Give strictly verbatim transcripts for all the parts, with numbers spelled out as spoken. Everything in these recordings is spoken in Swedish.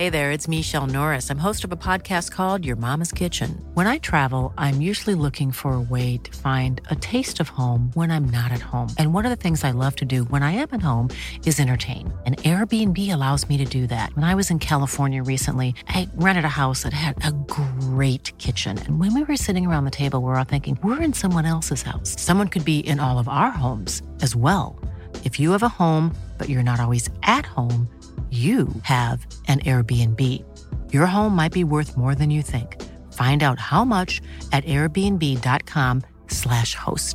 Hey there, it's Michelle Norris. I'm host of a podcast called Your Mama's Kitchen. When I travel, I'm usually looking for a way to find a taste of home when I'm not at home. And one of the things I love to do when I am at home is entertain. And Airbnb allows me to do that. When I was in California recently, I rented a house that had a great kitchen. And when we were sitting around the table, we were all thinking, we're in someone else's house. Someone could be in all of our homes as well. If you have a home, but you're not always at home, you have an Airbnb. Your home might be worth more than you think. Find out how much at airbnb.com slash host.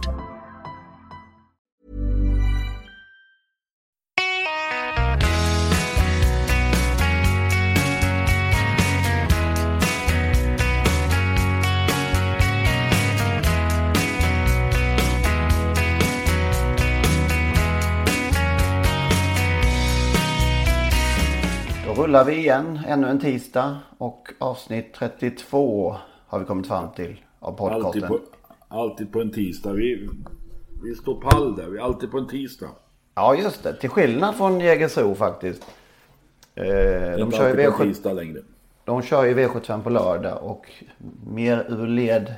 Rullar vi igen ännu en tisdag och avsnitt trettiotvå har vi kommit fram till av podcasten. Alltid på, alltid på en tisdag. Vi, vi står pall där. Vi är alltid på en tisdag. Ja, just det. Till skillnad från Jägersro faktiskt. Eh, de, kör ju V sjuttiofem, längre. de kör ju V sjuttiofem på lördag och mer ur led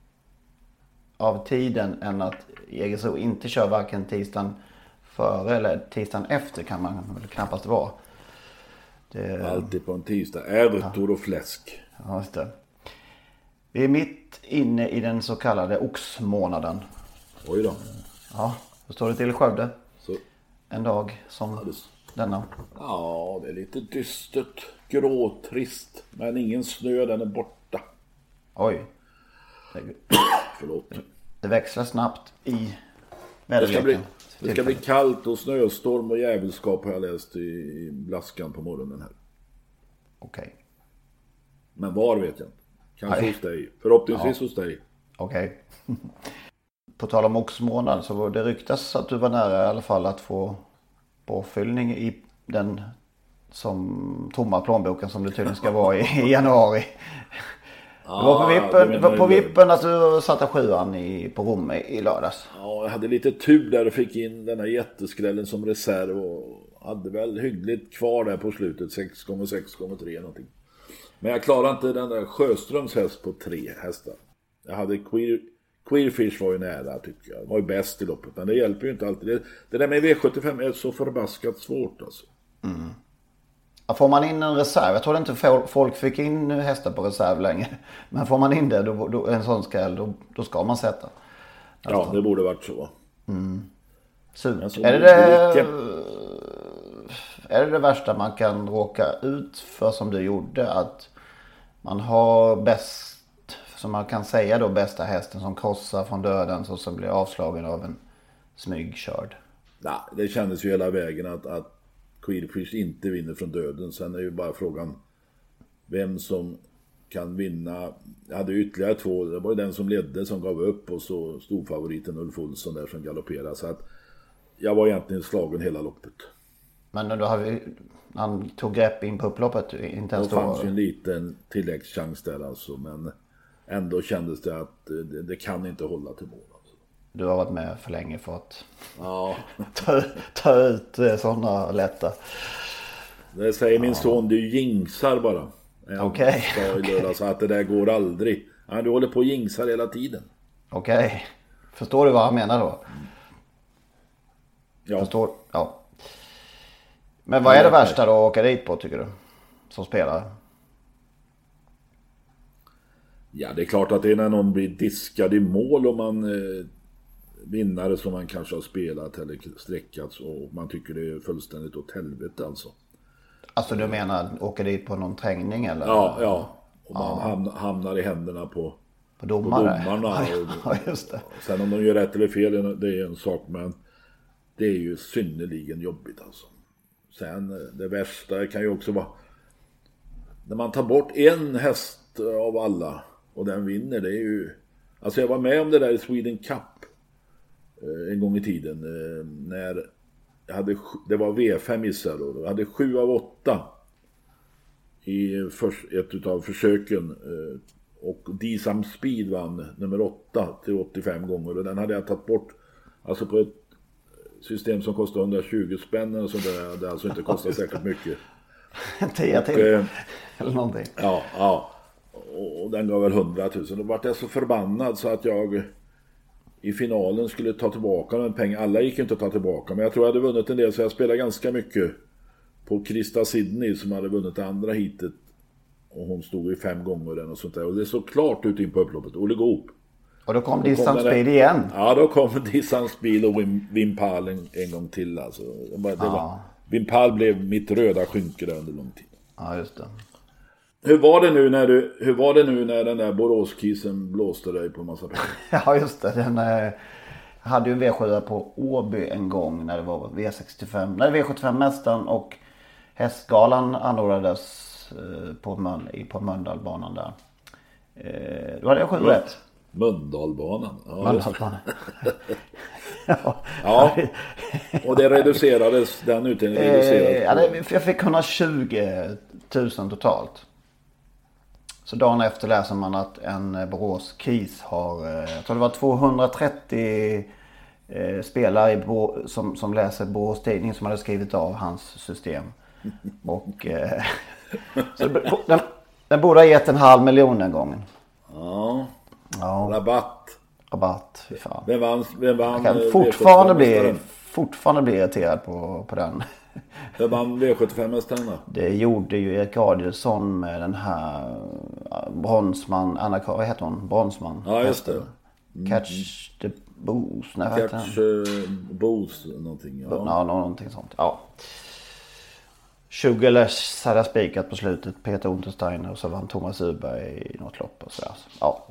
av tiden än att Jägersro inte kör varken tisdagen före eller tisdagen efter kan man väl knappast vara. Det... Alltid på en tisdag. Ärtor ja. och fläsk. Ja, just det. Vi är mitt inne i den så kallade oxmånaden. Oj då. Ja, hur står det till i Skövde? Så. En dag som ja, det... denna. Ja, det är lite dystert. Grå, trist. Men ingen snö, den är borta. Oj. Det... Förlåt. Det växlar snabbt i det ska, bli, det ska bli kallt och snöstorm och jävelskap har jag läst i, i blaskan på morgonen här. Okej. Okay. Men var vet jag inte. Kanske hos dig. Förhoppningsvis ja. hos dig. Okej. Okay. På tal om oxmånad så det ryktas att du var nära i alla fall att få påfyllning i den som tomma plånboken som det tydligen ska vara i, i januari. Det var på vippen, det var på vippen att du satte sjuan i, på Rom i, i lördags. Ja, jag hade lite tur där och fick in den här jätteskrällen som reserv och hade väl hyggligt kvar där på slutet, sex gånger sex gånger tre någonting. Men jag klarade inte den där Sjöströms häst på tre hästar. Jag hade Queer, Queerfish var ju nära tycker jag. Det var ju bäst i loppet, men det hjälper ju inte alltid. Det, det där med V sjuttiofem är så förbaskat svårt alltså. Mm. Får man in en reserv, jag tror inte folk fick in hästar på reserv längre. Men får man in det, då, då, en sån skräll, då, då ska man sätta. Alltså. Ja, det borde varit så. Mm. Surt. Alltså, är, det det, är det det värsta man kan råka ut för som du gjorde? Att man har bäst, som man kan säga då, bästa hästen som krossar från döden så som blir avslagen av en smygkörd? Nej, det kändes ju hela vägen att, att Queerfish inte vinner från döden. Sen är ju bara frågan vem som kan vinna. Jag hade ytterligare två. Det var ju den som ledde som gav upp och så stod favoriten Ulf Olsson där som galopperade. Så att jag var egentligen slagen hela loppet. Men då har vi, han tog grepp in på upploppet. Inte ens då fanns ju en liten tilläggschans där alltså. Men ändå kändes det att det, det kan inte hålla till mål. Du har varit med för länge för att ja. ta, ta ut sådana lätta. Det säger min ja. son, du jinxar bara. Okej. Okay. Så att det där går aldrig. Ja, du håller på och jinxar hela tiden. Okej. Okay. Förstår du vad han menar då? Ja. Förstår, ja. Men vad är det värsta då att åka dit på tycker du? Som spelare? Ja, det är klart att det är när någon blir diskad i mål och man eh, vinnare som man kanske har spelat eller sträckats och man tycker det är fullständigt åt helvete alltså. Alltså du menar åka dit på någon trängning eller? Ja, ja. Och man ja. Hamnar, hamnar i händerna på, på, domare. på domarna. Och, ja, just det. Sen om de gör rätt eller fel, det är en sak, men det är ju synnerligen jobbigt alltså. Sen det värsta kan ju också vara när man tar bort en häst av alla och den vinner, det är ju... Alltså jag var med om det där i Sweden Cup en gång i tiden när jag hade, det var V fem gissar då. Jag hade sju av åtta i för, ett utav försöken och D-Sam Speed vann nummer åtta till åttiofem gånger och den hade jag tagit bort alltså på ett system som kostar hundratjugo spänn och så där, det alltså inte kostar särskilt mycket. Tia till. Eh, eller någonting. Ja, ja. Och, och den gav väl hundratusen. Då var jag så förbannad så att jag i finalen skulle ta tillbaka den pengar. Alla gick inte att ta tillbaka. Men jag tror jag hade vunnit en del, så jag spelade ganska mycket på Krista Sidney som hade vunnit det andra hitet. Och hon stod i fem gånger den och sånt där. Och det såg klart ut in på upploppet. Olle Goop. Och då kom Distansbil igen. Ja, då kom Distansbil och Wim, Wim Pal en, en gång till. Alltså. Det var, det ja. var, Wim Pal blev mitt röda skynke där under lång tid. Ja, just det. Hur var det nu när du, hur var det nu när den där Boråskisen blåste dig på en massa pengar? Ja, just det. Den eh, hade ju en V sju på Åby en gång när det var V sextiofem. När V sjuttiofem-mästaren och hästgalan anordnades eh, på, Mön, på Mölndalbanan där. Eh, då hade jag sju rätt. Mölndalbanan. Ja, Mölndalbanan. ja. ja. Och det reducerades, den utdelningen reducerades. Eh, ja, det, jag fick etthundratjugo tusen totalt. Så dagen efter läser man att en Borås Kis har, jag tror det var tvåhundratrettio eh, spelare i Bo, som, som läser Borås Tidning som hade skrivit av hans system. Och eh, så den, den borde ha gett en halv miljon en gång. Ja. Ja. Rabatt. Rabatt, fy fan. Vem vann? Vem vann? Jag kan fortfarande bli, fortfarande bli irriterad på, på den. Vem vann V sjuttiofem-mästaren då? Det gjorde ju Erik Adielsson med den här Bronsman, Anna, vad heter hon? Bronsman. Ja, just det. Mm. Catch the Boost. Nej, Catch uh, Boost, någonting. Ja. ja, någonting sånt. Ja. tjugo läs hade jag spikat på slutet. Peter Untersteiner och så vann Thomas Uberg i något lopp och sådär. Ja.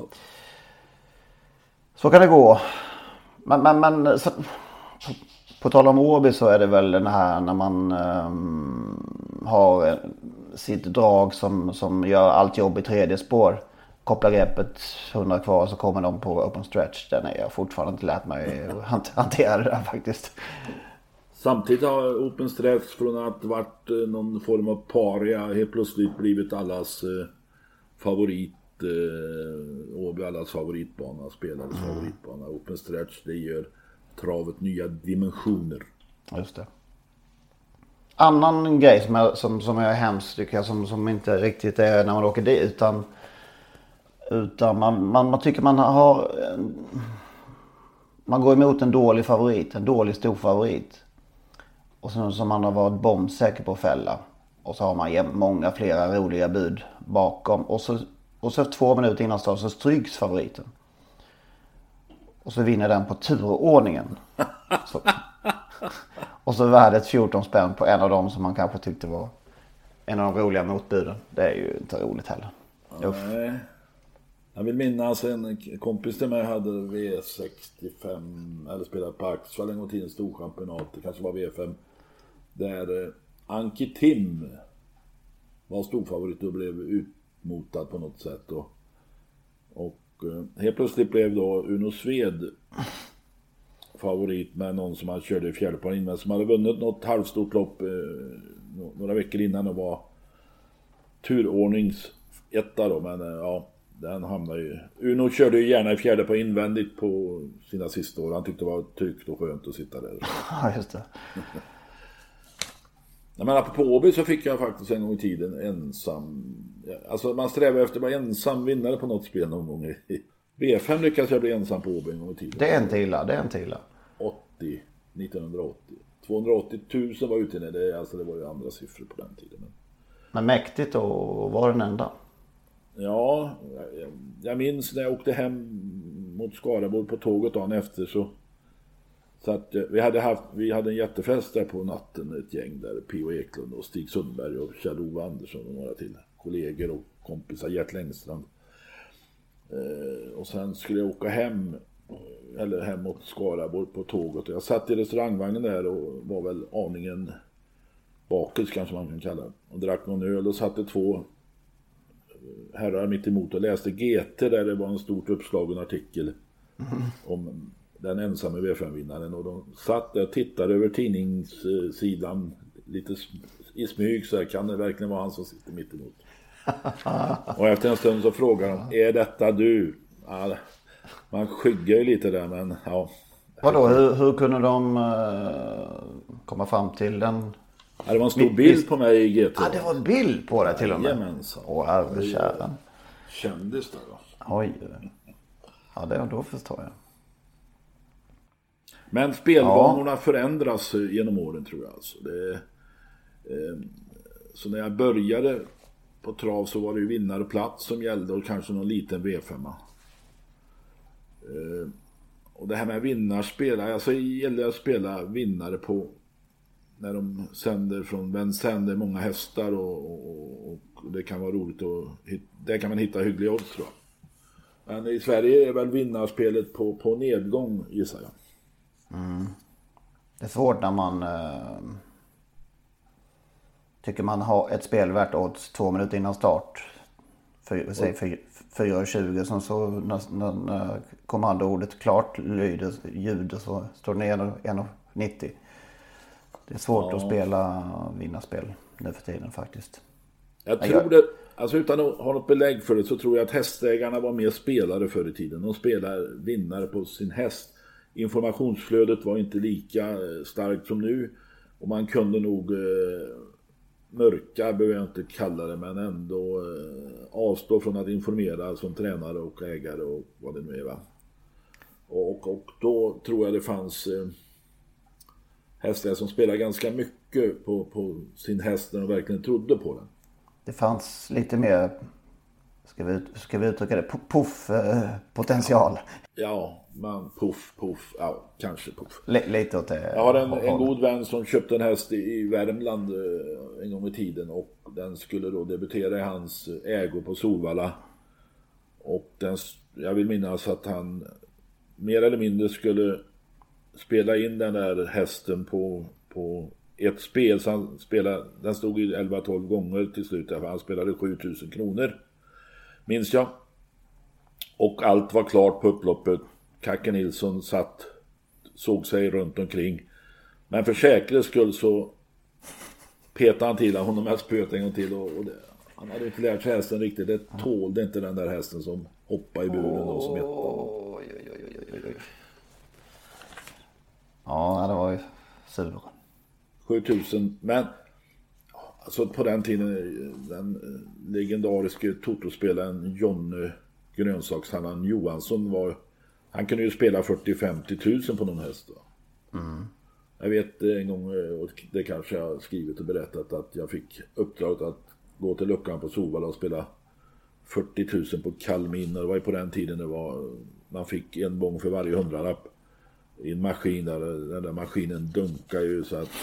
Så kan det gå. Men, men, men så, på, på tal om Åby så är det väl den här när man um, har sitt drag som, som gör allt jobb i tredje spår. Kopplar greppet hundra kvar så kommer de på open stretch. Den är jag fortfarande inte lärt mig att hantera det där faktiskt. Samtidigt har open stretch från att varit någon form av paria helt plötsligt blivit allas eh, favorit. Eh, Åby allas favoritbana, spelades mm. favoritbana. Open stretch, det gör travet nya dimensioner. Just det. Annan grej som, jag, som, som är hemskt tycker jag, som, som inte riktigt är när man åker dit, utan utan man, man, man tycker man har man går emot en dålig favorit, en dålig stor favorit. Och så som man har varit bombsäker på att fälla. Och så har man många flera roliga bud bakom. Och så, och så två minuter innan start så stryks favoriten. Och så vinner den på turordningen. Så. Och så värdet fjorton spänn på en av dem som man kanske tyckte var en av de roliga motbuden. Det är ju inte roligt heller. Nej. Jag vill minnas en kompis till mig hade V sextiofem eller spelade på Axel en gång till en stor championat. Det kanske var V fem. Där eh, Anki Tim var storfavorit och blev utmotad på något sätt. Och, och eh, helt plötsligt blev då Uno Sved favorit med någon som han körde i fjärde på in, som hade vunnit något halvstort lopp eh, några veckor innan och var turordnings etta då, men eh, ja, den hamnade ju. Uno körde ju gärna i fjärde på invändigt på sina sista år. Han tyckte det var tryggt och skönt att sitta där. Ja, just det. Men apropå Åby så fick jag faktiskt en gång i tiden ensam. Alltså man strävar efter att vara ensam vinnare på något spel någon gång. I V fem lyckades jag bli ensam på Åby en gång i tiden. Det är inte illa, det är inte illa. åttio, nittonhundraåttio. tvåhundraåttio tusen var ute i det. Alltså det var ju andra siffror på den tiden. Men, men mäktigt och var den enda. Ja, jag, jag minns när jag åkte hem mot Skaraborg på tåget dagen efter så, så att vi hade haft vi hade en jättefest där på natten, ett gäng där, P O Eklund och Stig Sundberg och Kjell-Ove Andersson och några till kollegor och kompisar, Gert Längstrand. Eh, och sen skulle jag åka hem eller hem mot Skaraborg på tåget och jag satt i restaurangvagnen där och var väl aningen bakis kanske man kan kalla det, och drack någon öl och satt det två herrar mitt emot och läste G T där det var en stort uppslagen artikel mm. om den ensamma V fem-vinnaren, och de satt där och tittade över tidningssidan lite i smyg så här, kan det verkligen vara han som sitter mitt emot? Och efter en stund så frågar de, är detta du? Ja, man skyggar ju lite där, men ja. Vadå, hur, hur kunde de uh, komma fram till den Ja, det var en stor bild Visst. på mig i G T. Ja, det var en bild på det till och med. Jajamensan. Åh, herrekäran. Kändis där då. Oj. Ja, det då förstår jag. Men spelvanorna ja. förändras genom åren, tror jag. Alltså. Det, eh, så när jag började på trav så var det ju vinnarplats som gällde och kanske någon liten V fem. Eh, och det här med vinnarspel, alltså gäller att spela vinnare på när de sänder från vem sänder många hästar och, och, och det kan vara roligt och där kan man hitta hyggliga odds, tror jag. Men i Sverige är väl vinnarspelet på, på nedgång, gissar jag. Mm. Det är svårt när man eh, tycker man har ett spel värt odds två minuter innan start. För, säg fyra tjugo som så när, när, när kommandoordet klart lyder ljud så står det ner en nittio. Det är svårt ja. att spela vinnarspel nu för tiden faktiskt. Jag tror det, alltså utan att ha något belägg för det så tror jag att hästägarna var mer spelare förr i tiden. De spelar vinnare på sin häst. Informationsflödet var inte lika starkt som nu och man kunde nog eh, mörka, behöver jag inte kalla det, men ändå eh, avstå från att informera som tränare och ägare och vad det nu är, va? Och, och då tror jag det fanns eh, hästar som spelar ganska mycket på, på sin häst när de verkligen trodde på den. Det fanns lite mer, ska vi, ska vi uttrycka det, puff eh, potential. Ja, man puff, puff, ja, kanske puff. L- lite åt det. Jag har en, en god vän som köpte en häst i, i Värmland eh, en gång i tiden och den skulle då debutera i hans ägo på Solvalla. Och den, jag vill minnas att han mer eller mindre skulle spela in den där hästen på, på ett spel. Så han spelade, den stod i elva tolv gånger till slut. Han spelade sjutusen kronor, minns jag. Och allt var klart på upploppet. Kacke Nilsson satt, såg sig runt omkring. Men för säkerhets skull så petade han till honom mest pöt en gång till. Och, och det, han hade inte lärt sig hästen riktigt. Det tålde inte den där hästen som hoppade i buren då som ett barn. Oj, oj, oj, oj, oj. Ja, det var ju sur. sjutusen, men alltså på den tiden den legendariske totospelaren Jonny Grönsakshallan Johansson var, han kunde ju spela fyrtio till femtio tusen på någon häst då. Mm. Jag vet en gång, och det kanske jag har skrivit och berättat, att jag fick uppdraget att gå till luckan på Solvalla och spela fyrtio tusen på Kalmin. Det var ju på den tiden det var, man fick en bång för varje hundralapp i en maskin där, den där maskinen dunkar ju så att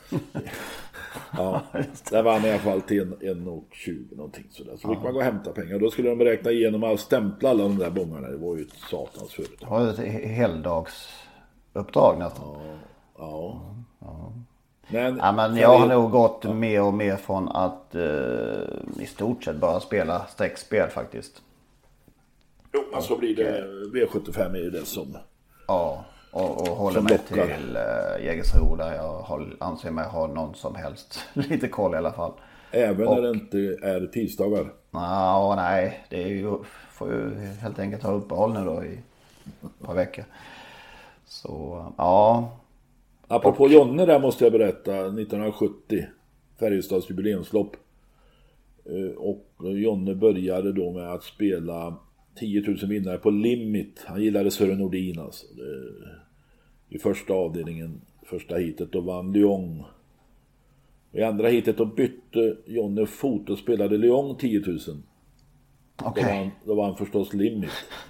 ja, där vann i alla fall till en, en och tjugo någonting sådär. Så fick ja. man gå och hämta pengar. Då skulle de beräkna igenom all stämpla alla de där bångarna. Det var ju ett satans företag. Det var ett heldagsuppdrag nästan. Ja, ja. ja. Men, ja, men jag har nog gått ja. mer och mer från att uh, i stort sett bara spela streckspel faktiskt. Jo, men så blir det. V sjuttiofem är ju det som ja. Och, och håller mig till uh, Jägersro där jag håll, anser mig ha någon som helst lite koll i alla fall. Även och, när det inte är tisdagar? Na, nej, det är ju, får ju helt enkelt ha uppehåll nu då i ett par veckor. Så, ja. Apropå och, Jonne där måste jag berätta, nittonhundrasjuttio, Färjestads jubileumslopp. Och Jonne började då med att spela tio tusen vinnare på limit. Han gillade Sören Nordin alltså. I första avdelningen, första hitet, då vann Lyon. I andra hitet då bytte Jonne fot och spelade Lyon tio tusen. Okay. Då, var han, då var han förstås limit.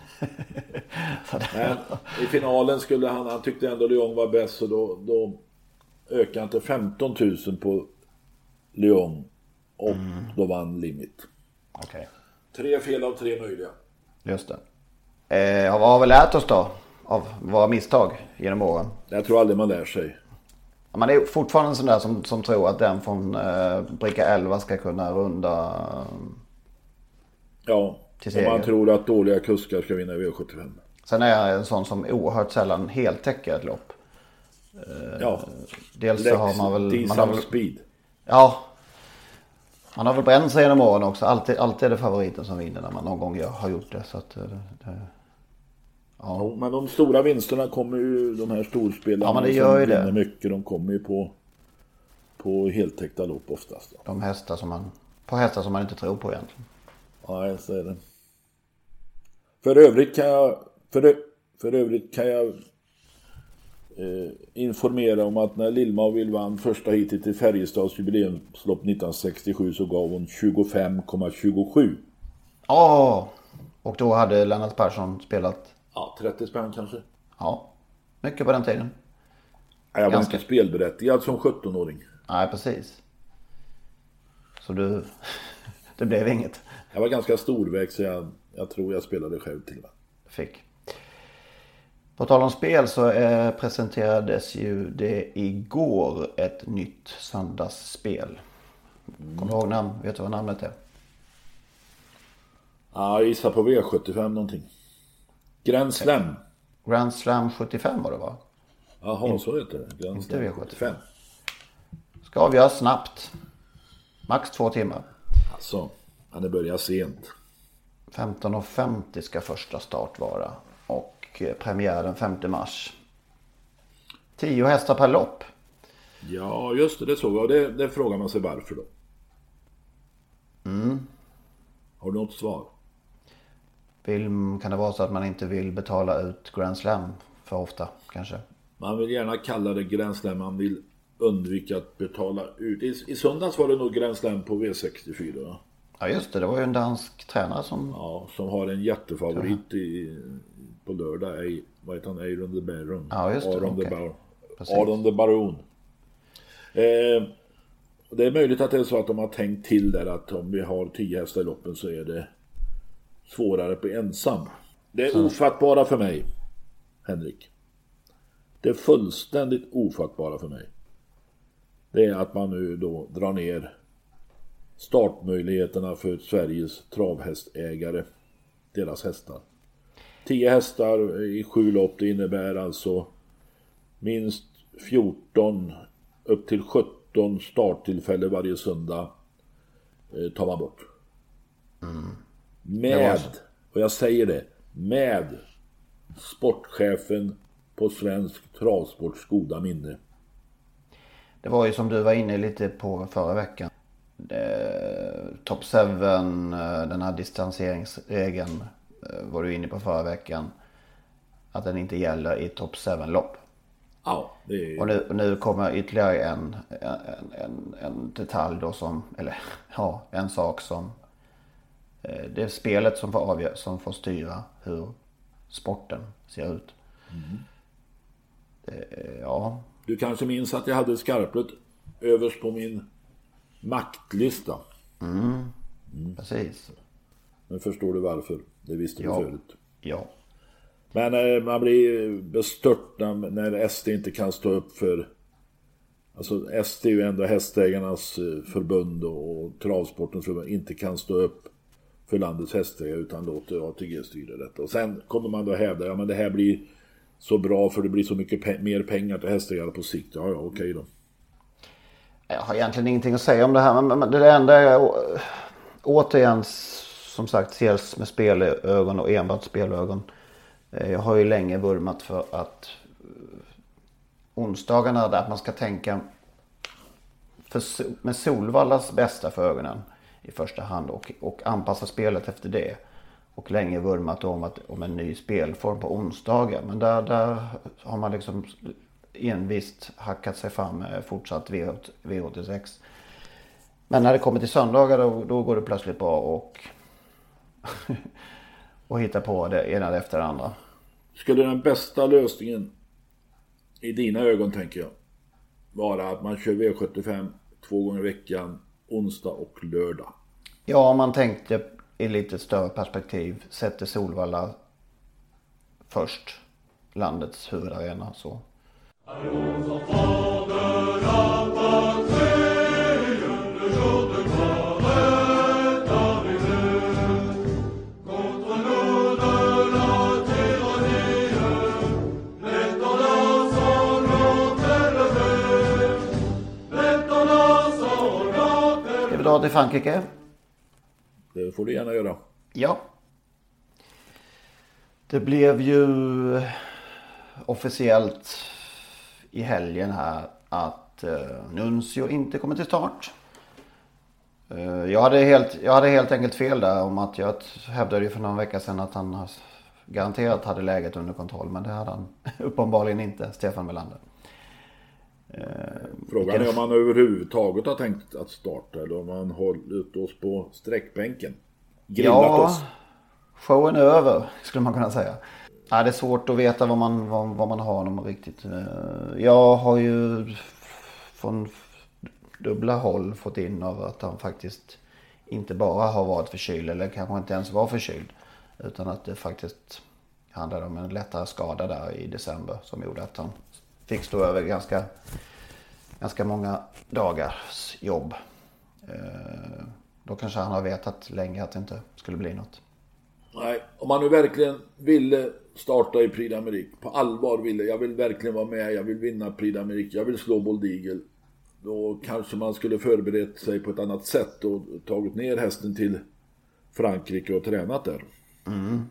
Men i finalen skulle han, han tyckte ändå Lyon var bäst, så då, då ökade han till femton tusen på Lyon och mm. då vann limit. Okay. Tre fel av tre möjliga. Just det. Eh, vad har vi lärt oss då av våra misstag genom åren? Jag tror aldrig man lär sig. Ja, man är fortfarande en sån där som, som tror att den från eh, bricka elva ska kunna runda ja, om man tror att dåliga kuskar ska vinna V sjuttiofem. Sen är jag en sån som oerhört sällan helt täcker ett lopp. Eh, ja. Dels så har man väl... Man har väl speed. Ja. Man har väl bränt sig genom åren också. Alltid, alltid är det favoriten som vinner när man någon gång har gjort det. Så att, det, det, ja. Ja, men de stora vinsterna kommer ju, de här storspelarna ja, men det gör ju det. mycket, de kommer ju på, på heltäckta lopp oftast. Då. De hästar som man, på hästar som man inte tror på egentligen. Nej, så är det. För övrigt kan jag för, för övrigt kan jag eh, informera om att när Lilma och Vill vann första hitet i Färjestads jubileumslopp nittonhundrasextiosju så gav hon tjugofem komma tjugosju. Ja, oh, och då hade Lennart Persson spelat? Ja, trettio spänn kanske. Ja, mycket på den tiden. Jag var ganska inte spelberättigad som sjuttonåring. Nej, precis. Så du, det blev inget. Jag var ganska storväg så jag, jag tror jag spelade själv till det. Fick. På tal om spel så eh, presenterades ju det igår ett nytt söndagsspel. Mm. Kommer du ihåg namn? Vet du vad namnet är? Ja, jag gissar på V sjuttiofem någonting. Grand Slam. Grand Slam sjuttiofem var det, va? Jaha, In- så heter det. Grand Slam V sjuttiofem. Ska avgöras snabbt. Max två timmar. Alltså, han är börjat sent. femton och femtio ska första start vara. Och premiär den femte mars. Tio hästar per lopp. Ja, just det, det såg jag. Det, det frågar man sig varför då. Mm. Har du något svar? Vill, kan det vara så att man inte vill betala ut Grand Slam för ofta, kanske? Man vill gärna kalla det Grand Slam. Man vill undvika att betala ut. I, i söndags var det nog Grand Slam på V sextiofyra. Ja, just det. Det var ju en dansk tränare som... Ja, som har en jättefavorit i, på lördag. I, vad heter han? Aron the Baron. Ja, just det. Aron okay. the Baron. Aron the Baron. Eh, det är möjligt att det är så att de har tänkt till där att om vi har tio hästar i loppen så är det svårare på ensam. Det är så ofattbara för mig, Henrik. Det är fullständigt ofattbara för mig. Det är att man nu då drar ner startmöjligheterna för Sveriges travhästägare, deras hästar. Tio hästar i sju lopp, det innebär alltså minst fjorton upp till sjutton starttillfällen varje söndag eh, tar man bort. Mm. Med, och jag säger det, med sportchefen på Svensk Travsports goda minne. Det var ju som du var inne lite på förra veckan. Top sju, den här distanseringsregeln var du inne på förra veckan. Att den inte gäller i Top sju-lopp. Ja, det är... Och nu, nu kommer ytterligare en, en, en, en detalj då som, eller ja, en sak som det är spelet som får avgöra, som får styra hur sporten ser ut. Mm. Det, ja. Du kanske minns att jag hade skarplet överst på min maktlista. Mm. Mm. Precis. Men förstår du varför? Det visste ja. du förut. Ja. Men eh, man blir bestört när, när S D inte kan stå upp för... Alltså S D är ju ändå hästägarnas förbund och, och travsportens förbund inte kan stå upp för landets hästägare utan låter A T G styra detta. Och sen kommer man då hävda, ja men det här blir så bra för det blir så mycket pe- mer pengar till hästägare på sikt. Ja, ja, okej då. Jag har egentligen ingenting att säga om det här, men det enda jag återigen som sagt ses med spelögon och enbart spelögon. Jag har ju länge vurmat för att onsdagarna där man ska tänka för, med Solvallas bästa för ögonen i första hand och, och anpassa spelet efter det. Och länge vurmat om, att, om en ny spelform på onsdagar. Men där, där har man liksom envist hackat sig fram med fortsatt V åttiosex. Men när det kommer till söndagar då, då går det plötsligt bra och, och hitta på det ena efter det andra. Skulle den bästa lösningen i dina ögon tänker jag vara att man kör V sjuttiofem två gånger i veckan, onsdag och lördag? Ja, man tänkte i lite större perspektiv sätter Solvalla först, landets huvudarena så. Ska vi dra till Frankrike? Det får du gärna göra. Ja. Det blev ju officiellt i helgen här att att eh, Nuncio inte kommer till start. Eh, jag, hade helt, jag hade helt enkelt fel där om att jag hävdade ju för någon vecka sedan att han garanterat hade läget under kontroll. Men det hade han uppenbarligen inte, Stefan Melander. Eh, Frågan är om man överhuvudtaget har tänkt att starta eller om man hållit oss på sträckbänken. Grillat ja, oss. Showen är över skulle man kunna säga. Ja, det är svårt att veta vad man, vad, vad man har om riktigt. Jag har ju från dubbla håll fått in av att han faktiskt inte bara har varit förkyld eller kanske inte ens var förkyld. Utan att det faktiskt handlade om en lättare skada där i december som gjorde att han fick stå över ganska, ganska många dagars jobb. Då kanske han har vetat länge att det inte skulle bli något. Nej, om man nu verkligen ville starta i Prix d'Amérique, på allvar ville, jag vill verkligen vara med, jag vill vinna Prix d'Amérique, jag vill slå Bold Eagle, då kanske man skulle förberett sig på ett annat sätt och tagit ner hästen till Frankrike och tränat där. Mm.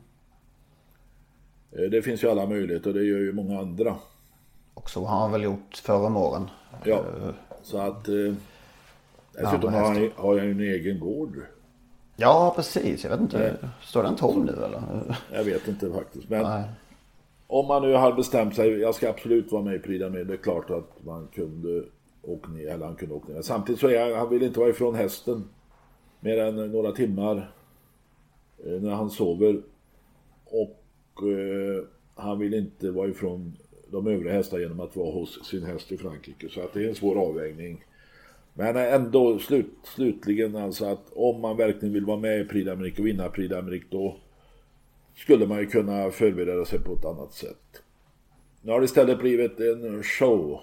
Det finns ju alla möjligheter och det gör ju många andra. Och så har han väl gjort förra morgon. Ja, så att eh, dessutom har, han, har jag ju en egen gård. Ja, precis. Jag vet inte. Nej. Står den tom nu eller? Jag vet inte faktiskt. Men Nej. Om man nu har bestämt sig, jag ska absolut vara med i Prix d'Amérique. Det är klart att man kunde åka ner, eller han kunde åka ner. Men samtidigt så är jag, han vill inte vara ifrån hästen mer än några timmar eh, när han sover. Och eh, han vill inte vara ifrån de övriga hästar genom att vara hos sin häst i Frankrike. Så att det är en svår avvägning. Men ändå slut, slutligen alltså att om man verkligen vill vara med i Prix d'Amérique och vinna Prix d'Amérique, då skulle man ju kunna förbereda sig på ett annat sätt. Nu har det istället blivit en show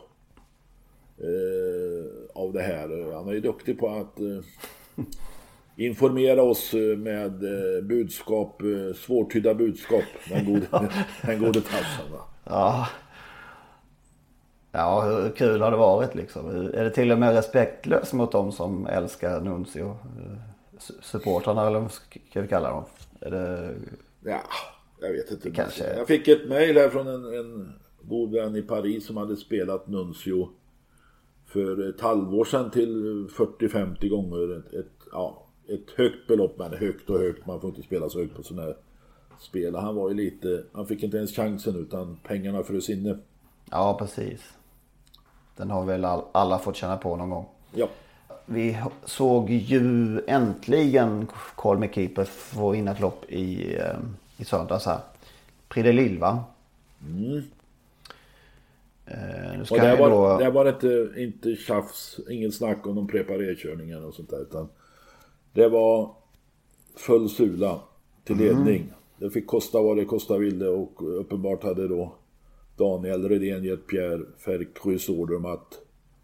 eh, av det här. Han är ju duktig på att eh, informera oss med eh, budskap, eh, svårtydda budskap. Den gode, den gode Tarzan, va? Ja. Ja, hur kul har det varit liksom? Är det till och med respektlöst mot dem som älskar Nuncio? Supportrarna eller vad ska vi kalla dem? Är det... Ja, jag vet inte. Kanske... Jag fick ett mejl här från en, en god vän i Paris som hade spelat Nuncio för ett halvår sedan till fyrtio till femtio gånger. Ett, ett, ja, ett högt belopp, men högt och högt. Man får inte spela så högt på sådana här spel. Han var ju lite, han fick inte ens chansen utan pengarna frös inne. Ja, precis. Den har väl all, alla fått känna på någon gång. Ja. Vi såg ju äntligen Call Me Keeper få in ett lopp i, i söndags här. Prix de Lille, va? Mm. Eh, nu ska och det var, då... det var inte, inte tjafs, ingen snack om de preparerkörningarna och sånt där, utan det var full sula till ledning. Mm. Det fick kosta vad det kosta ville och uppenbart hade då Daniel Redén gett Pierre Fercruz order om att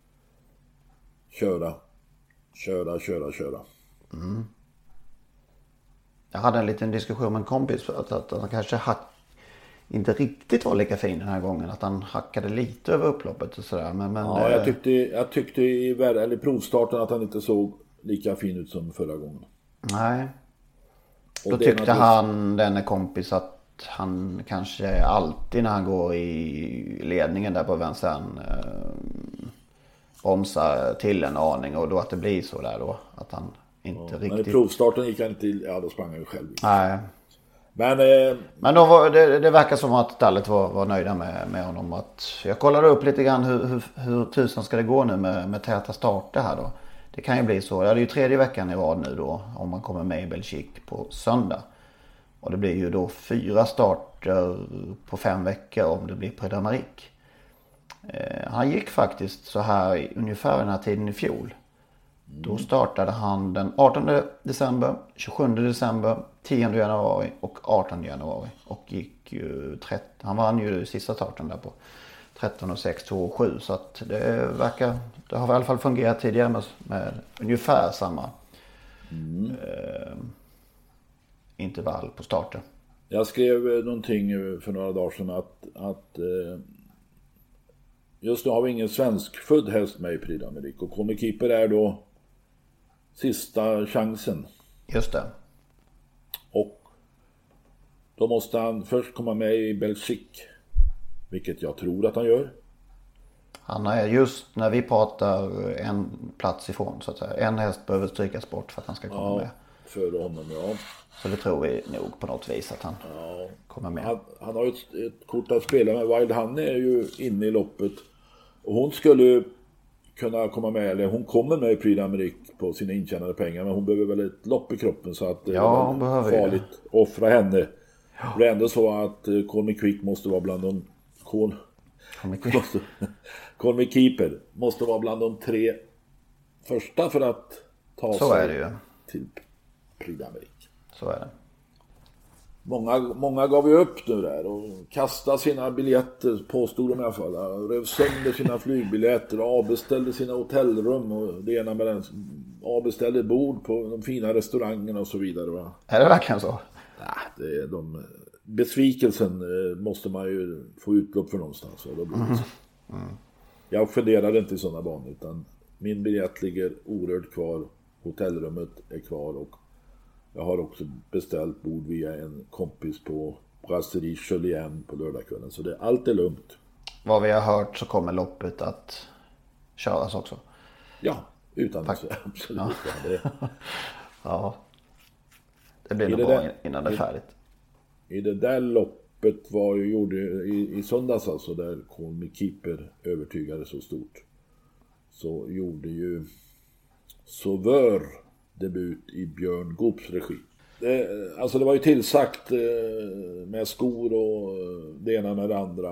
köra, köra, köra, köra. Mm. Jag hade en liten diskussion med en kompis för att, att han kanske hack, inte riktigt var lika fin den här gången. Att han hackade lite över upploppet och sådär. Men, men, ja, jag tyckte, jag tyckte i eller provstarten att han inte såg lika fin ut som förra gången. Nej. Och då tyckte han, denne kompis, att han kanske alltid när han går i ledningen där på vänstern eh, bromsar till en aning och då att det blir så där då att han inte ja, riktigt... Men i provstarten gick han inte till, ja då sprang han ju själv. Nej. Men, eh... men då var, det, det verkar som att Dallet var, var nöjda med, med honom. Att jag kollade upp lite grann hur, hur, hur tusen ska det gå nu med, med täta starter här då. Det kan ju bli så. Ja, det är ju tredje veckan i rad nu då om man kommer med i Belgique på söndag. Och det blir ju då fyra starter på fem veckor om det blir Prix d'Amérique. Eh, han gick faktiskt så här ungefär den här tiden i fjol. Mm. Då startade han den artonde december, tjugosjunde december, tionde januari och artonde januari. Och gick ju tretton, han vann ju sista starten där på tretton och sex, två och sju. Så att det verkar, det har i alla fall fungerat tidigare med, med ungefär samma mm. eh, intervall på starten. Jag skrev någonting för några dagar sedan att, att eh, just nu har vi ingen svensk född häst med i Prix d'Amérique och Call Me Keeper är då sista chansen. Just det. Och då måste han först komma med i Belgique, vilket jag tror att han gör. Han är just när vi pratar en plats ifrån så att säga. En häst behöver strykas bort för att han ska komma ja, med. För honom, ja. Så det tror vi nog på något vis att han ja. kommer med. Han, han har ju ett, ett kort att spela med. Wild Honey är ju inne i loppet. Och hon skulle kunna komma med, eller hon kommer med i Prix d'Amérique på sina intjänade pengar. Men hon behöver väl ett lopp i kroppen så att det ja, är farligt att offra henne. Ja. Det är ändå så att uh, Call Me Quick måste vara bland de... Call, måste, Call Me Keeper måste vara bland de tre första för att ta så sig är det ju. Till Prix d'Amérique. Så är det. Många, många gav ju upp nu där och kastade sina biljetter, påstod de i alla fall. Rev sönder sina flygbiljetter och avbeställde sina hotellrum och det ena med den avbeställde bord på de fina restaurangerna och så vidare. Va? Är det verkligen så? Ja, det är de, besvikelsen måste man ju få utlopp för någonstans. Och då blir det så. Mm. Mm. Jag funderade inte i sådana banor utan min biljett ligger orörd kvar, hotellrummet är kvar och jag har också beställt bord via en kompis på Brasserie Julien på lördagskvällen. Så det, allt är lugnt. Vad vi har hört så kommer loppet att köras också. Ja, utan att säga. Absolut. Ja. Det. ja. Det blir nog bra där, innan det är färdigt. I, i det där loppet var ju gjorde i, i söndags alltså där Call Me Keeper övertygade så stort. Så gjorde ju Sauveur debut i Björn Goops regi. Det, alltså det var ju tillsagt eh, med skor och det ena med det andra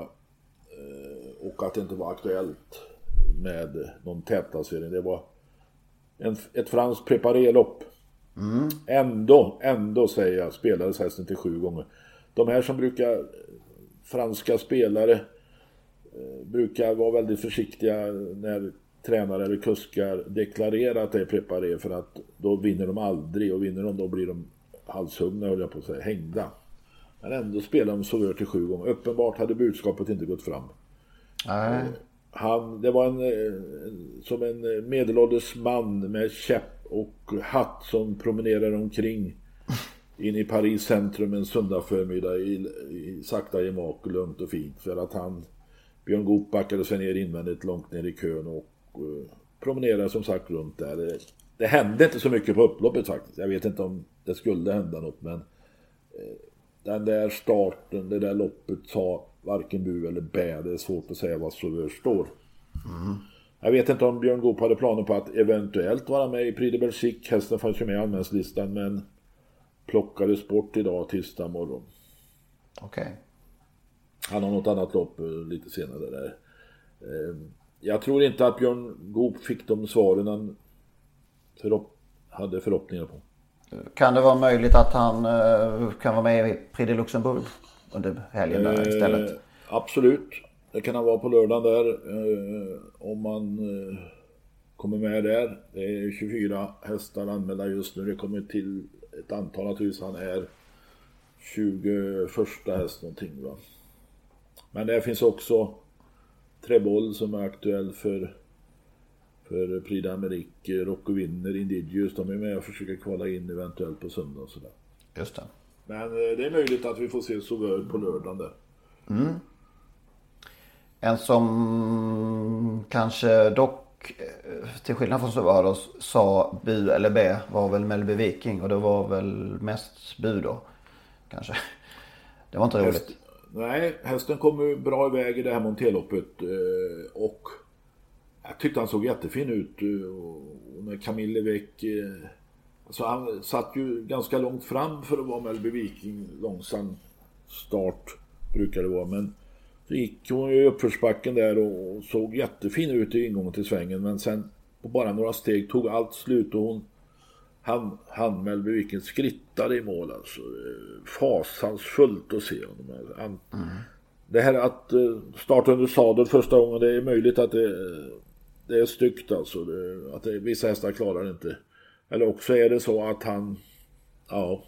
eh, och att det inte var aktuellt med någon tätplacering. Det var en, ett franskt preparé-lopp. Mm. Ändå, ändå säger jag, spelades hästen till sju gånger. De här som brukar, franska spelare eh, brukar vara väldigt försiktiga när tränare eller kuskar deklarerar att det är preparé för att då vinner de aldrig och vinner de då blir de halshuggna höll jag på att säga, hängda. Men ändå spelar de Sauveur till sju gånger. Uppenbart hade budskapet inte gått fram. Nej. Han, det var en, en som en medelålders man med käpp och hatt som promenerar omkring in i Paris centrum en söndag förmiddag i, i sakta gemak och lugnt och fint för att han Björn Goop backade sig ner invändigt långt ner i kön och promenerade som sagt runt där. Det, det hände inte så mycket på upploppet faktiskt. Jag vet inte om det skulle hända något men eh, den där starten, det där loppet sa varken bu eller bä. Det är svårt att säga vad Sauveur står. Mm. Jag vet inte om Björn Goop hade planer på att eventuellt vara med i Prix de Belgique. Hästen fanns ju med i anmälningslistan men plockades bort idag tisdag morgon. Okej. Okay. Han har något annat lopp lite senare där. Jag tror inte att Björn Goop fick de svaren han förhopp- hade förhoppningar på. Kan det vara möjligt att han kan vara med i Prix de Luxembourg under helgen där istället? Eh, absolut. Det kan han vara på lördagen där. Eh, om man eh, kommer med där. Det är tjugofyra hästar anmälda just nu. Det kommer till ett antal naturligtvis. Han är tjugoförsta häst någonting va. Men det finns också Treboll som är aktuell för för Prix d'Amérique, Rocco Winner, Indigius, de är med och försöker kvala in eventuellt på söndag och sådär. Just det. Men det är möjligt att vi får se Sauveur på lördagen där. Mm. En som kanske dock till skillnad från Sauveur då, sa bu eller b var väl Melby Viking och det var väl mest bu då kanske. Det var inte roligt. Häst, nej, hästen kom ju bra iväg i det här monterloppet och jag tyckte han såg jättefin ut och när Camille Lévesque alltså han satt ju ganska långt fram för att vara Melby Viking, långsam start brukar det vara, men så gick hon ju uppförsbacken där och såg jättefin ut i ingången till svängen, men sen på bara några steg tog allt slut och hon han, han Melby Viking skrittade i mål alltså, fasansfullt att se honom. Han, mm. Det här att starta under sadel första gången, det är möjligt att det, det är styggt alltså, det, att det, vissa hästar klarar inte. Eller också är det så att han ja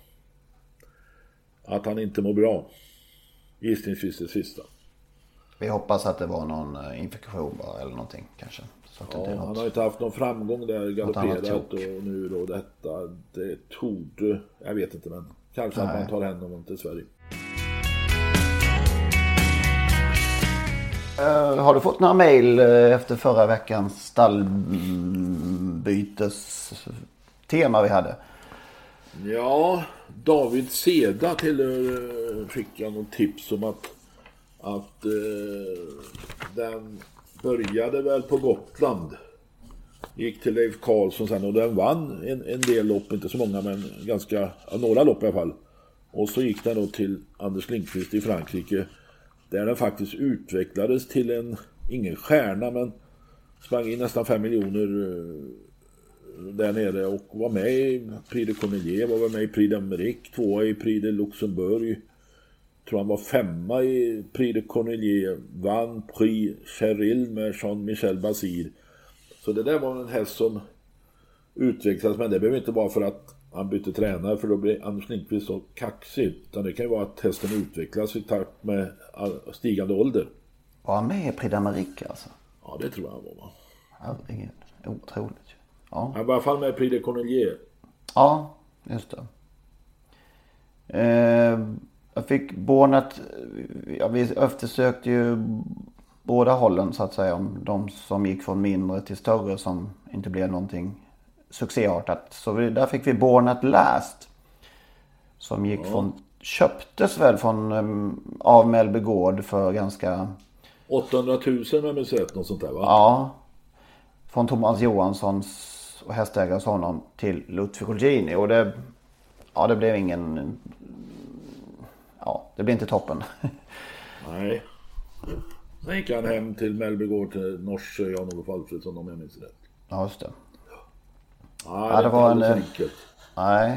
att han inte mår bra. Gissningsvis det sista. Vi hoppas att det var någon infektion bara eller någonting kanske. Så att ja, det är något, han har inte haft någon framgång där galopperat och nu då detta det torde, jag vet inte men kanske Nej. Att man tar hem honom till Sverige. Uh, har du fått några mejl efter förra veckans stallbytes tema vi hade? Ja, David Seda till uh, fick jag någon tips om att, att uh, den började väl på Gotland. Gick till Leif Karlsson sen och den vann en, en del lopp, inte så många men ganska, ja, några lopp i alla fall. Och så gick den då till Anders Lindqvist i Frankrike där den faktiskt utvecklades till en, ingen stjärna men sprang in nästan fem miljoner uh, där nere och var med i Prix de Cornelier, var med i Prix d'Amérique, tvåa i Prix de Luxemburg, tror han var femma i Prix de Cornelier, vann Prix Cheryl med Jean-Michel Basir. Så det där var en häst som utvecklades, men det behöver inte vara för att han bytte tränare för då blir Anders Lindqvist så kaxig, utan det kan ju vara att hästen utvecklas i takt med stigande ålder. Var han med i Prix d'Amérique alltså? Ja, det tror jag han var. Herregud, otroligt. Ja. Han var i alla fall med i Prix de Cornelier. Ja, just det. Eh, jag fick Bornet, ja, vi eftersökte ju båda hållen så att säga, om de som gick från mindre till större som inte blev någonting succéartat. Så vi, där fick vi Bornet Last som gick ja. från, köptes väl från um, av Mellby Gård för ganska åttahundratusen med mig sett något sånt där va? Ja, från Thomas Johanssons och hästägare hos honom till Lutfi Colgjini och det, ja, det blev ingen, ja, det blev inte toppen. Nej. Sen gick han hem till Mellby Gård till Norse Jan-Olof Alfredsson om jag minns rätt. Ja, just det. Ja, det, ja, det var en enkelt. Nej.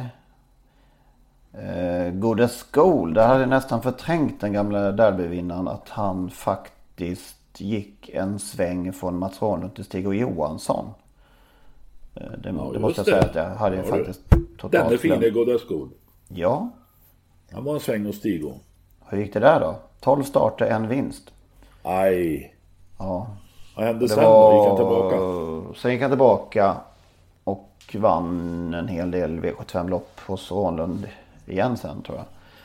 Eh, Godes School, där hade jag nästan förträngt den gamla derbyvinnaren att han faktiskt gick en sväng från Mats Ronlund till Stig och Johansson. Eh, det, ja, det måste jag säga att jag hade ju faktiskt totalt. Den är fin i Godes School. Ja. Han var en sväng hos Stig. Hur gick det där då? tolv starter, en vinst. Aj. Ja. Vad hände sen var... då? Gick han tillbaka? Sen gick han tillbaka och vann en hel del V sjuttiofem-lopp hos Ronlund igen sen tror jag.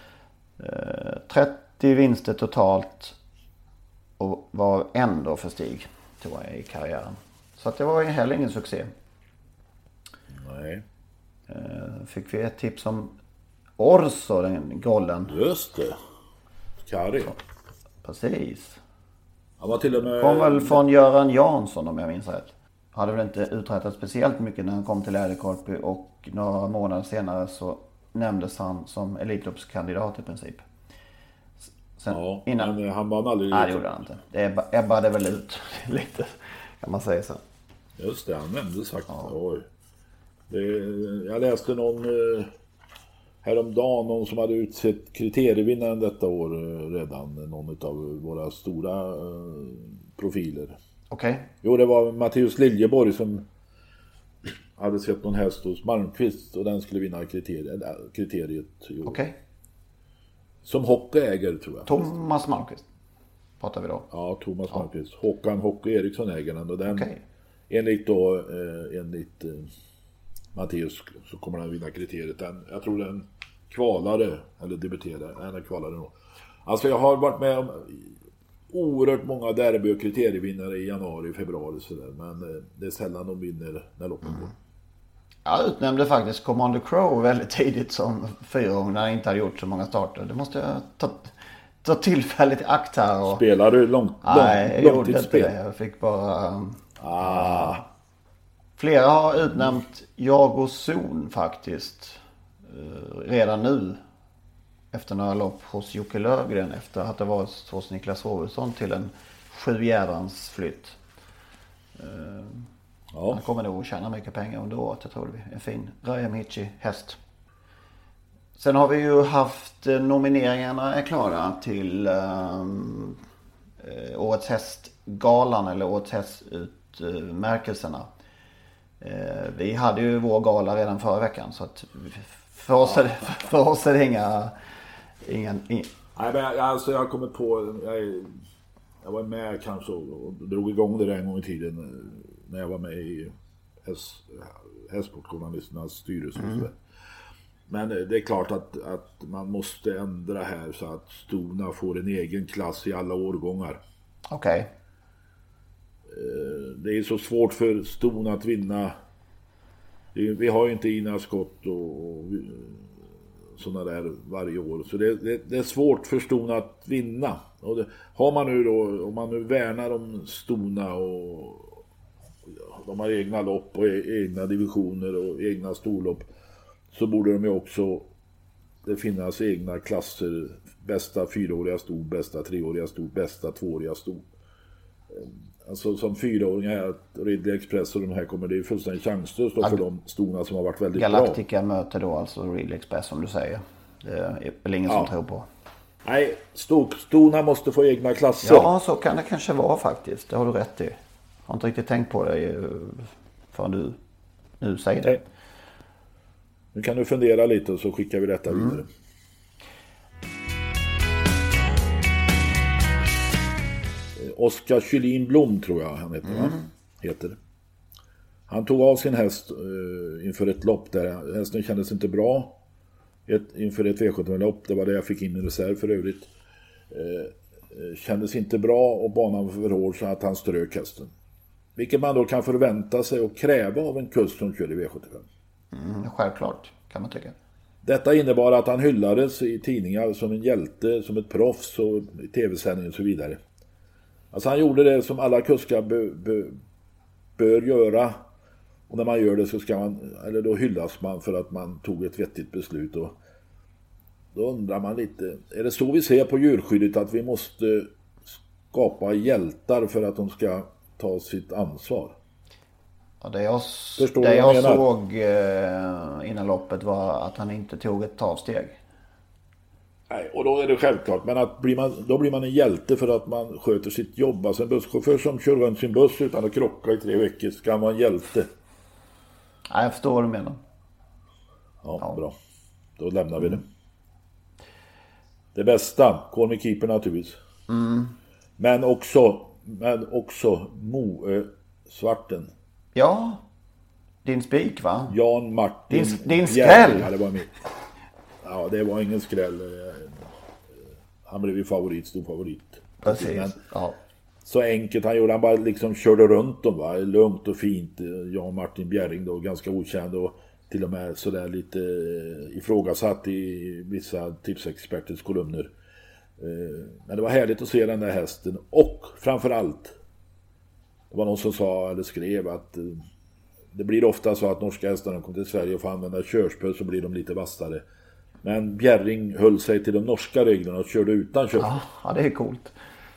Eh, trettio vinster totalt och var ändå för Stig tror jag i karriären. Så att det var heller ingen succé. Nej. Eh, fick vi ett tips om Orso, den gollen. Just det. Kari. Precis. Han var till och med... Kom väl från Göran Jansson om jag minns rätt. Hade väl inte uträttat speciellt mycket när han kom till Läderkorpi och några månader senare så nämndes han som elitloppskandidat i princip. Sen, ja, innan... men han var aldrig... Nej, det gjorde han inte. Det ebbade väl ut lite, kan man säga så. Just det, han nämndes faktiskt. Ja. Oj. Det, jag läste någon... Eh... Häromdagen någon som hade utsett kriterievinnaren detta år redan, någon av våra stora uh, profiler. Okej. Okay. Jo, det var Mattias Liljeborg som hade sett någon häst hos Malmqvist och den skulle vinna kriteriet. kriteriet Okej. Okay. Som hockeyägare tror jag. Thomas Malmqvist pratar vi då. Ja, Thomas ja. Malmqvist. Håkan Hockey Eriksson äger den och den okay. enligt då eh, enligt eh, Mattias så kommer han vinna kriteriet. Den, jag tror den kvalare eller debuterade, en kvalare nog. Alltså jag har varit med om oerhört många derby- och kriterievinnare i januari och februari så där, men det är sällan de vinner när loppen går. Mm. Jag utnämnde faktiskt Commander Crow väldigt tidigt som fyraåring när jag inte hade gjort så många starter. Det måste jag ta, ta tillfället i akt här. Och... Spelar du långt, Nej, jag gjorde inte det. Jag fick bara... Um... Ah. Flera har utnämnt Jago Zon faktiskt uh, redan nu efter några lopp hos Jocke Lövgren efter att det var hos Niklas Robertsson till en sjujädrans flytt. Uh, ja. Han kommer nog att tjäna mycket pengar under året, jag tror det. En fin Röja-Michi häst. Sen har vi ju haft uh, nomineringarna är klara till um, uh, årets hästgalan eller årets hästutmärkelserna. Uh, vi hade ju vår gala redan förra veckan så att för oss är det, för oss är det inga... Ingen, ingen... Nej, men alltså jag kommer på... Jag, jag var med kanske och drog igång det där en gång i tiden när jag var med i häst, hästsportjournalisternas styrelse. Mm. Men det är klart att, att man måste ändra här så att Stona får en egen klass i alla årgångar. Okej. Okay. Det är så svårt för ston att vinna. Vi har ju inte Ina skott och sådana där varje år. Så det, det, det är svårt för ston att vinna. Och det, har man nu då, om man nu värnar om stona och de har egna lopp och egna divisioner och egna storlopp, så borde de ju också det finnas egna klasser. Bästa fyraåriga sto, bästa treåriga sto, bästa tvååriga sto. Alltså som fyraåringar, Ridley Express och de här kommer, det är fullständigt chanslöst för de stona som har varit väldigt Galactica bra. Galactica möter då alltså Ridley Express som du säger. Det är väl ingen ja. som tror på. Nej, stona måste få egna klasser. Ja, så kan det kanske vara faktiskt. Det har du rätt i. Jag har inte riktigt tänkt på det förrän du nu säger det. Nej. Nu kan du fundera lite och så skickar vi detta mm. vidare. Oskar Kylin Blom tror jag han heter, mm. va? heter. Han tog av sin häst uh, inför ett lopp där hästen kändes inte bra. Ett, inför ett V sjutton-lopp, det var det jag fick in i reserv för övrigt. Uh, kändes inte bra och banan var för hård så att han strök hästen. Vilket man då kan förvänta sig och kräva av en kusk som kör i V sjuttiofem. Mm, självklart kan man tycka. Detta innebar att han hyllades i tidningar som en hjälte, som ett proffs och i tv-sändningar och så vidare. Alltså han gjorde det som alla kuskar bö, bö, bör göra. Och när man gör det så ska man, eller då hyllas man för att man tog ett vettigt beslut. Och då undrar man lite, är det så vi ser på djurskyddet, att vi måste skapa hjältar för att de ska ta sitt ansvar? Ja, det jag, det jag, jag såg eh, innan loppet var att han inte tog ett avsteg. Nej, och då är det självklart. Men att blir man, då blir man en hjälte för att man sköter sitt jobb. Alltså en busschaufför som kör runt sin buss utan att krocka i tre veckor ska vara en hjälte. Ja, jag förstår vad du menar. Ja, ja. Bra. Då lämnar vi det. Det bästa, Call Me Keeper naturligtvis. Mm. Men också, men också Moe Svarten. Ja, din spik va? Jan Martin. Din, din skräll. Ja, det var min. Ja, det var ingen skräll. Han blev ju favorit, stor favorit. Precis, men ja. Så enkelt han gjorde, han bara liksom körde runt dem, va? Lugnt och fint. Jan Martin Bjerring då, ganska okänd och till och med sådär lite ifrågasatt i vissa tipsexperters kolumner. Men det var härligt att se den där hästen. Och framförallt, det var någon som sa eller skrev att det blir ofta så att norska hästarna kommer till Sverige och får använda körspö, så blir de lite vassare. Men Bjerring höll sig till de norska reglerna och körde utan körspö. Ja, ja, det är coolt.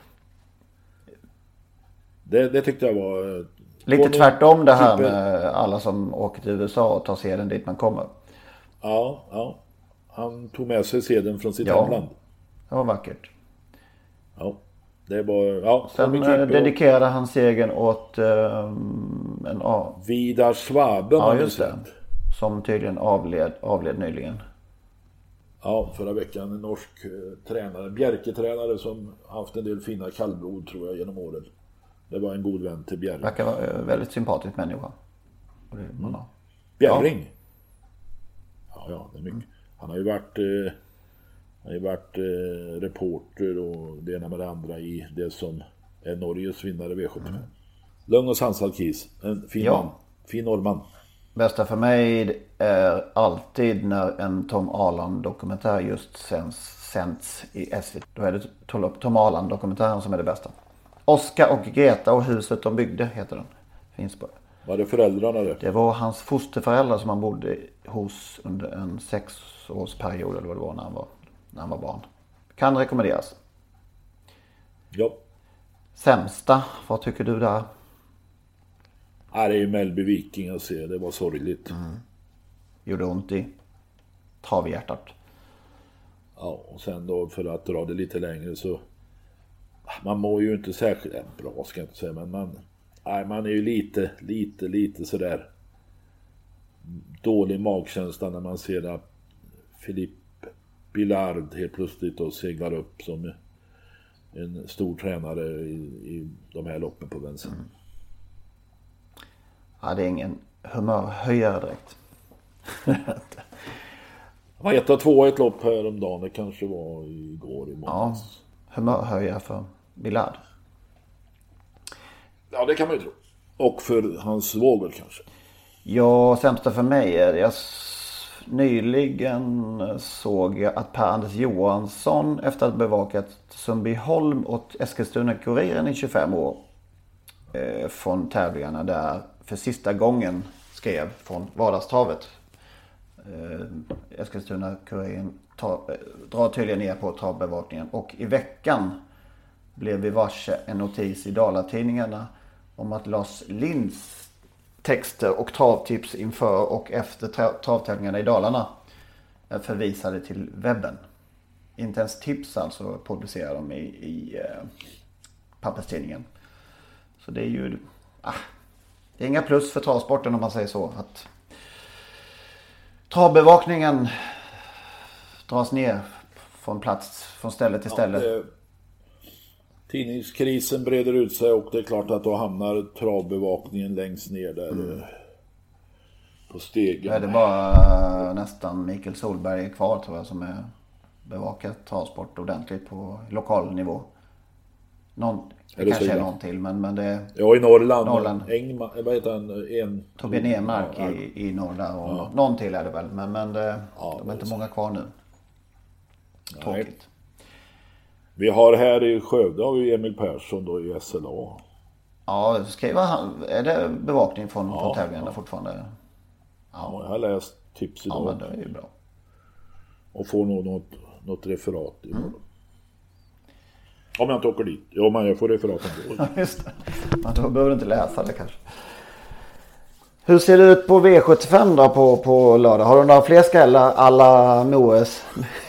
Det, det tyckte jag var... Lite tvärtom det här med alla som åker till U S A och tar sedan dit man kommer. Ja, ja. Han tog med sig sedan från sitt ja, hemland. Det var vackert. Ja, det var... Ja, sen dedikerade han segern åt um, en A. Vidar Svaben. Ja, just det. Som tydligen avled, avled nyligen. Ja, förra veckan en norsk eh, tränare, Bjerke-tränare som haft en del fina kallblod tror jag genom åren. Det var en god vän till Bjerring. Verkar vara en väldigt sympatisk människa. Mm. Bjerring? Ja. ja, det är mycket. Han har ju varit, eh, han har ju varit eh, reporter och det ena med det andra i det som är Norges vinnare V sjuttiofem. Mm. Lugn och sansad kis. En fin ja. man. Fin norrman. Bästa för mig är alltid när en Tom Aland-dokumentär just sänds, sänds i S V T. Då är det Tom Aland-dokumentären som är det bästa. Oskar och Greta och huset de byggde heter den. Finns på. Var det föräldrarna det? Det var hans fosterföräldrar som han bodde hos under en sexårsperiod eller vad det var när han var, när han var barn. Kan rekommenderas. Ja. Sämsta, vad tycker du där? Ja, det är ju Melby Viking att se. Det var sorgligt. Mm. Gjorde ont i travhjärtat. Ja, och sen då för att dra det lite längre så man mår ju inte särskilt bra ska jag inte säga, men man, nej, man är ju lite, lite, lite sådär dålig magkänsla när man ser att Philippe Billard helt plötsligt och seglar upp som en stor tränare i, i de här loppen på vänster. Mm. Ja, det är ingen humörhöjare direkt. Det var ett av två ett lopp här om dagen, det kanske var igår i månads. Ja, humörhöjare för Billard. Ja, det kan man ju tro. Och för hans svåger kanske. Ja, sämsta för mig är jag nyligen såg jag att Per-Anders Johansson efter att ha bevakat Sundbyholm åt Eskilstuna-Kuriren i tjugofem år eh, från tävlingarna där för sista gången skrev från vardagstravet. Eh, Eskilstuna-Kuriren eh, drar tydligen ner på travbevakningen, och i veckan blev vi varse en notis i Dalatidningarna om att Lars Linds texter och travtips inför och efter tra- travtävlingarna i Dalarna förvisade till webben. Inte ens tips alltså publicerar de i, i eh, papperstidningen. Så det är ju ah, det är inga plus för travsporten om man säger så. Att travbevakningen dras ner från plats, från ställe till ställe. Ja, det... Tidningskrisen breder ut sig, och det är klart att då hamnar travbevakningen längst ner där mm. på stegen. Är det bara nästan Mikael Solberg kvar tror jag som är bevakat travsport ordentligt på lokal nivå. Någon, det, det kanske är någon till, men, men det... Ja, i Norrland. Norrland. Engman, vad heter han? En... Torbjörn Enmark ja, i, i Norrland och ja. Någon till är det väl, men, men det, ja, de är inte många kvar nu. Tråkigt. Nej. Vi har här i Skövde har vi Emil Persson då i S L A. Ja, skriver han, är det bevakning från, ja, från tävlingarna ja. fortfarande? Ja. Ja, jag har läst tips idag. Ja, men det är ju bra. Och får nog något, något referat i mm. Om jag inte åker dit. Ja, men jag får referat ändå. Ja, just det. Men då behöver du inte läsa det kanske. Hur ser det ut på V sjuttiofem då på, på lördag? Har du några fler skrällar alla Moes?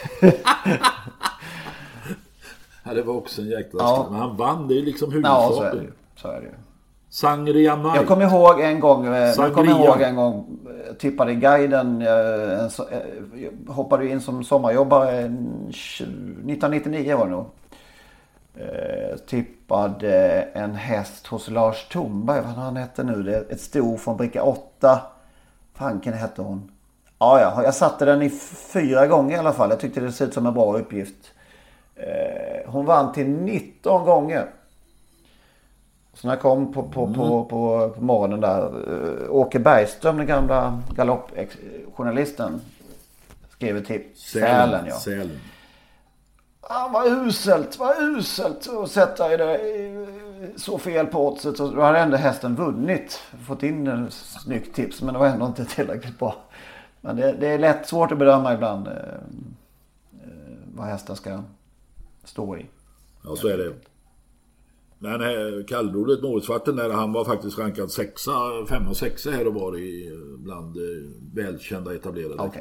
Ja, det var också en jäkla ja. Men han vann, det är liksom huvudsaken. Ja, så är det ju. Så är det ju. Sangria Night. Jag kommer ihåg en gång, jag kommer ihåg en gång tippade i guiden, jag, jag hoppade in som sommarjobbare nittonhundranittionio var det nog. Eh, tippade en häst hos Lars Thunberg, vad han hette nu, det är ett sto från bricka åtta. Fanken hette hon. Ja, ja, jag satte den i fyra gånger i alla fall. Jag tyckte det såg ut som en bra uppgift. Eh, hon vann till nitton gånger. Så när jag kom på, på, mm. på, på, på morgonen där, uh, Åke Bergström, den gamla galoppjournalisten, skrev till Sälen. Ja. Sälen. Han var uselt, var uselt att sätta i det, så fel på oddset. Då hade ändå hästen vunnit, fått in en snyggt tips, men det var ändå inte tillräckligt bra. Men det, det är lätt svårt att bedöma ibland uh, uh, vad hästen ska stå i. Ja, så är det. Men kallblodet Målsvarten där, han var faktiskt rankad sexa, fem och sexa här och var i bland välkända etablerade. Okay.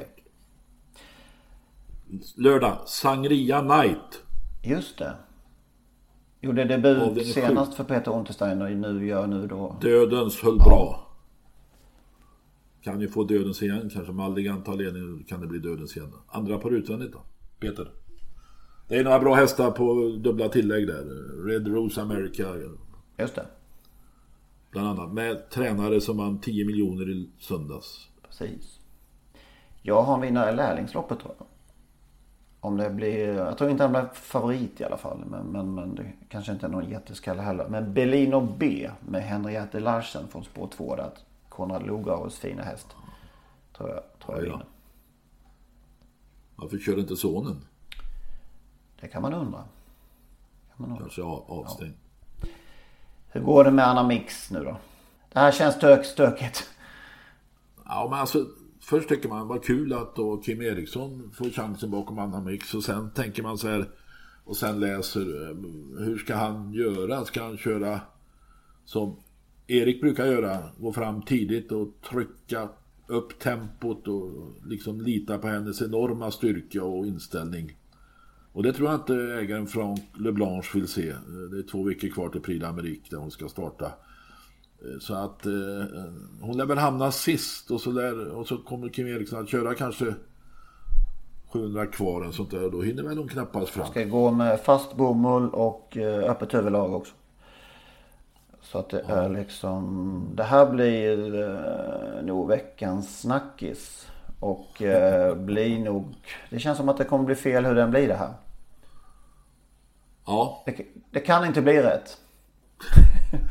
Lördag, Sangria Night. Just det. Gjorde debut senast för Peter Unterstein och nu gör nu då. Dödens höll ja. Bra. Kan ju få dödens igen, kanske med aldrig antal ledning kan det bli dödens igen. Andra på utvändigt då, Peter. Det är några bra hästar på dubbla tillägg där. Red Rose America. Just det. Bland annat. Med tränare som vann tio miljoner i söndags. Precis. Jag har en vinnare i lärlingsloppet tror jag. Om det blir, jag tror inte han blir favorit i alla fall. Men, men, men det kanske inte är någon jätteskalle heller. Men Bellino B med Henriette Larsen från spår två där. Konrad Lugauers fina häst. Tror jag, tror jag ja, vinner. Varför kör inte sonen? Det kan man undra. Kan man undra. Kanske avstängd. Ja. Hur går det med Anna Mix nu då? Det här känns stök, stökigt. Ja, men alltså först tycker man var kul att då Kim Eriksson får chansen bakom Anna Mix. Och sen tänker man så här, och sen läser hur ska han göra? Ska han köra som Erik brukar göra? Gå fram tidigt och trycka upp tempot och liksom lita på hennes enorma styrka och inställning. Och det tror jag inte ägaren från LeBlanche vill se. Det är två veckor kvar till Prix d'Amérique där hon ska starta. Så att eh, hon lär väl hamna sist och så, lär, och så kommer Kim Eriksson att köra kanske sjuhundra kvar en sånt där. Då hinner väl hon knappast fram. Ska gå med fast bomull och eh, öppet huvudlag också. Så att det ja. är liksom... Det här blir eh, nog veckans snackis. Och eh, blir nog... Det känns som att det kommer bli fel hur den blir det här. Ja. Det, det kan inte bli rätt.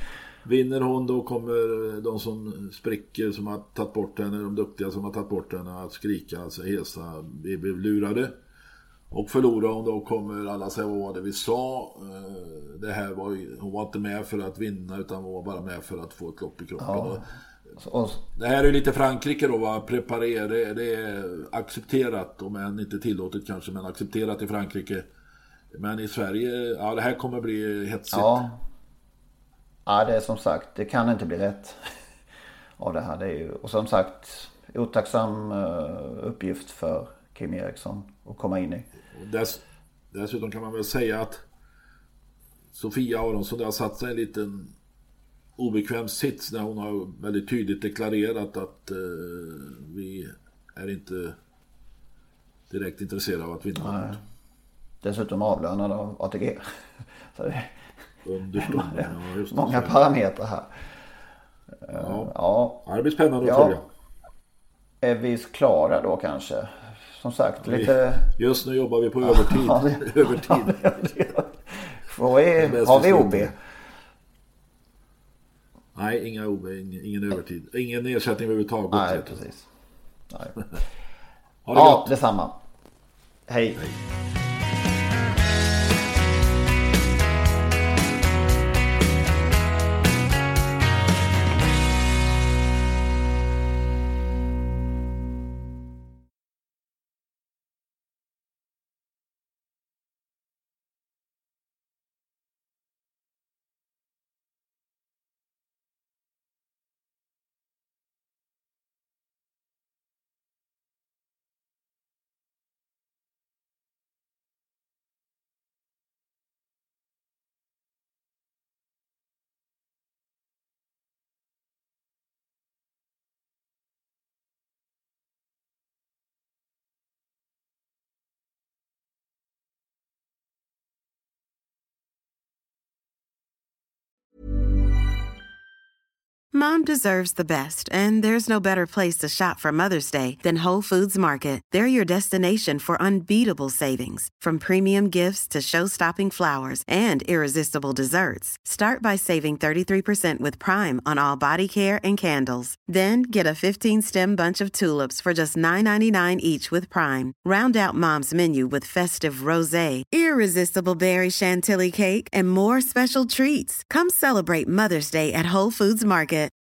Vinner hon, då kommer de som spricker, som har tagit bort henne, de duktiga som har tagit bort henne, att skrika, alltså hesa, vi blev lurade. Och förlorar hon, då kommer alla säga vad var det vi sa. Det här var, hon var inte med för att vinna, utan hon var bara med för att få ett lopp i kroppen. Ja. Och det här är lite Frankrike då, va? Preparera, det, det är accepterat, om än inte tillåtet kanske, men accepterat i Frankrike. Men i Sverige, ja, det här kommer bli hetsigt. Ja. Ja, det är som sagt, det kan inte bli rätt av det här. Det är ju, och som sagt, otacksam uppgift för Kim Eriksson att komma in i. Dess, dessutom kan man väl säga att Sofia Aronsson har satt sig en liten obekväm sits när hon har väldigt tydligt deklarerat att eh, vi är inte direkt intresserade av att vinna. Nej. Dessutom avlönad av A T G. Så det är ja, just det, många parametrar här. Ja. Ja. Ja, det blir spännande att ja. följa. Är vi klara då kanske? Som sagt, lite... Just nu jobbar vi på övertid. Ja, det... övertid. Får vi... Har vi O B? Nej, inga O B, ingen, ingen övertid. Ingen ersättning överhuvudtaget. Nej, precis. Nej. Ha det ja, gott. Detsamma. Hej. Hej. Mom deserves the best, and there's no better place to shop for Mother's Day than Whole Foods Market. They're your destination for unbeatable savings, from premium gifts to show-stopping flowers and irresistible desserts. Start by saving thirty-three percent with Prime on all body care and candles. Then get a fifteen-stem bunch of tulips for just nine ninety-nine each with Prime. Round out Mom's menu with festive rosé, irresistible berry chantilly cake, and more special treats. Come celebrate Mother's Day at Whole Foods Market.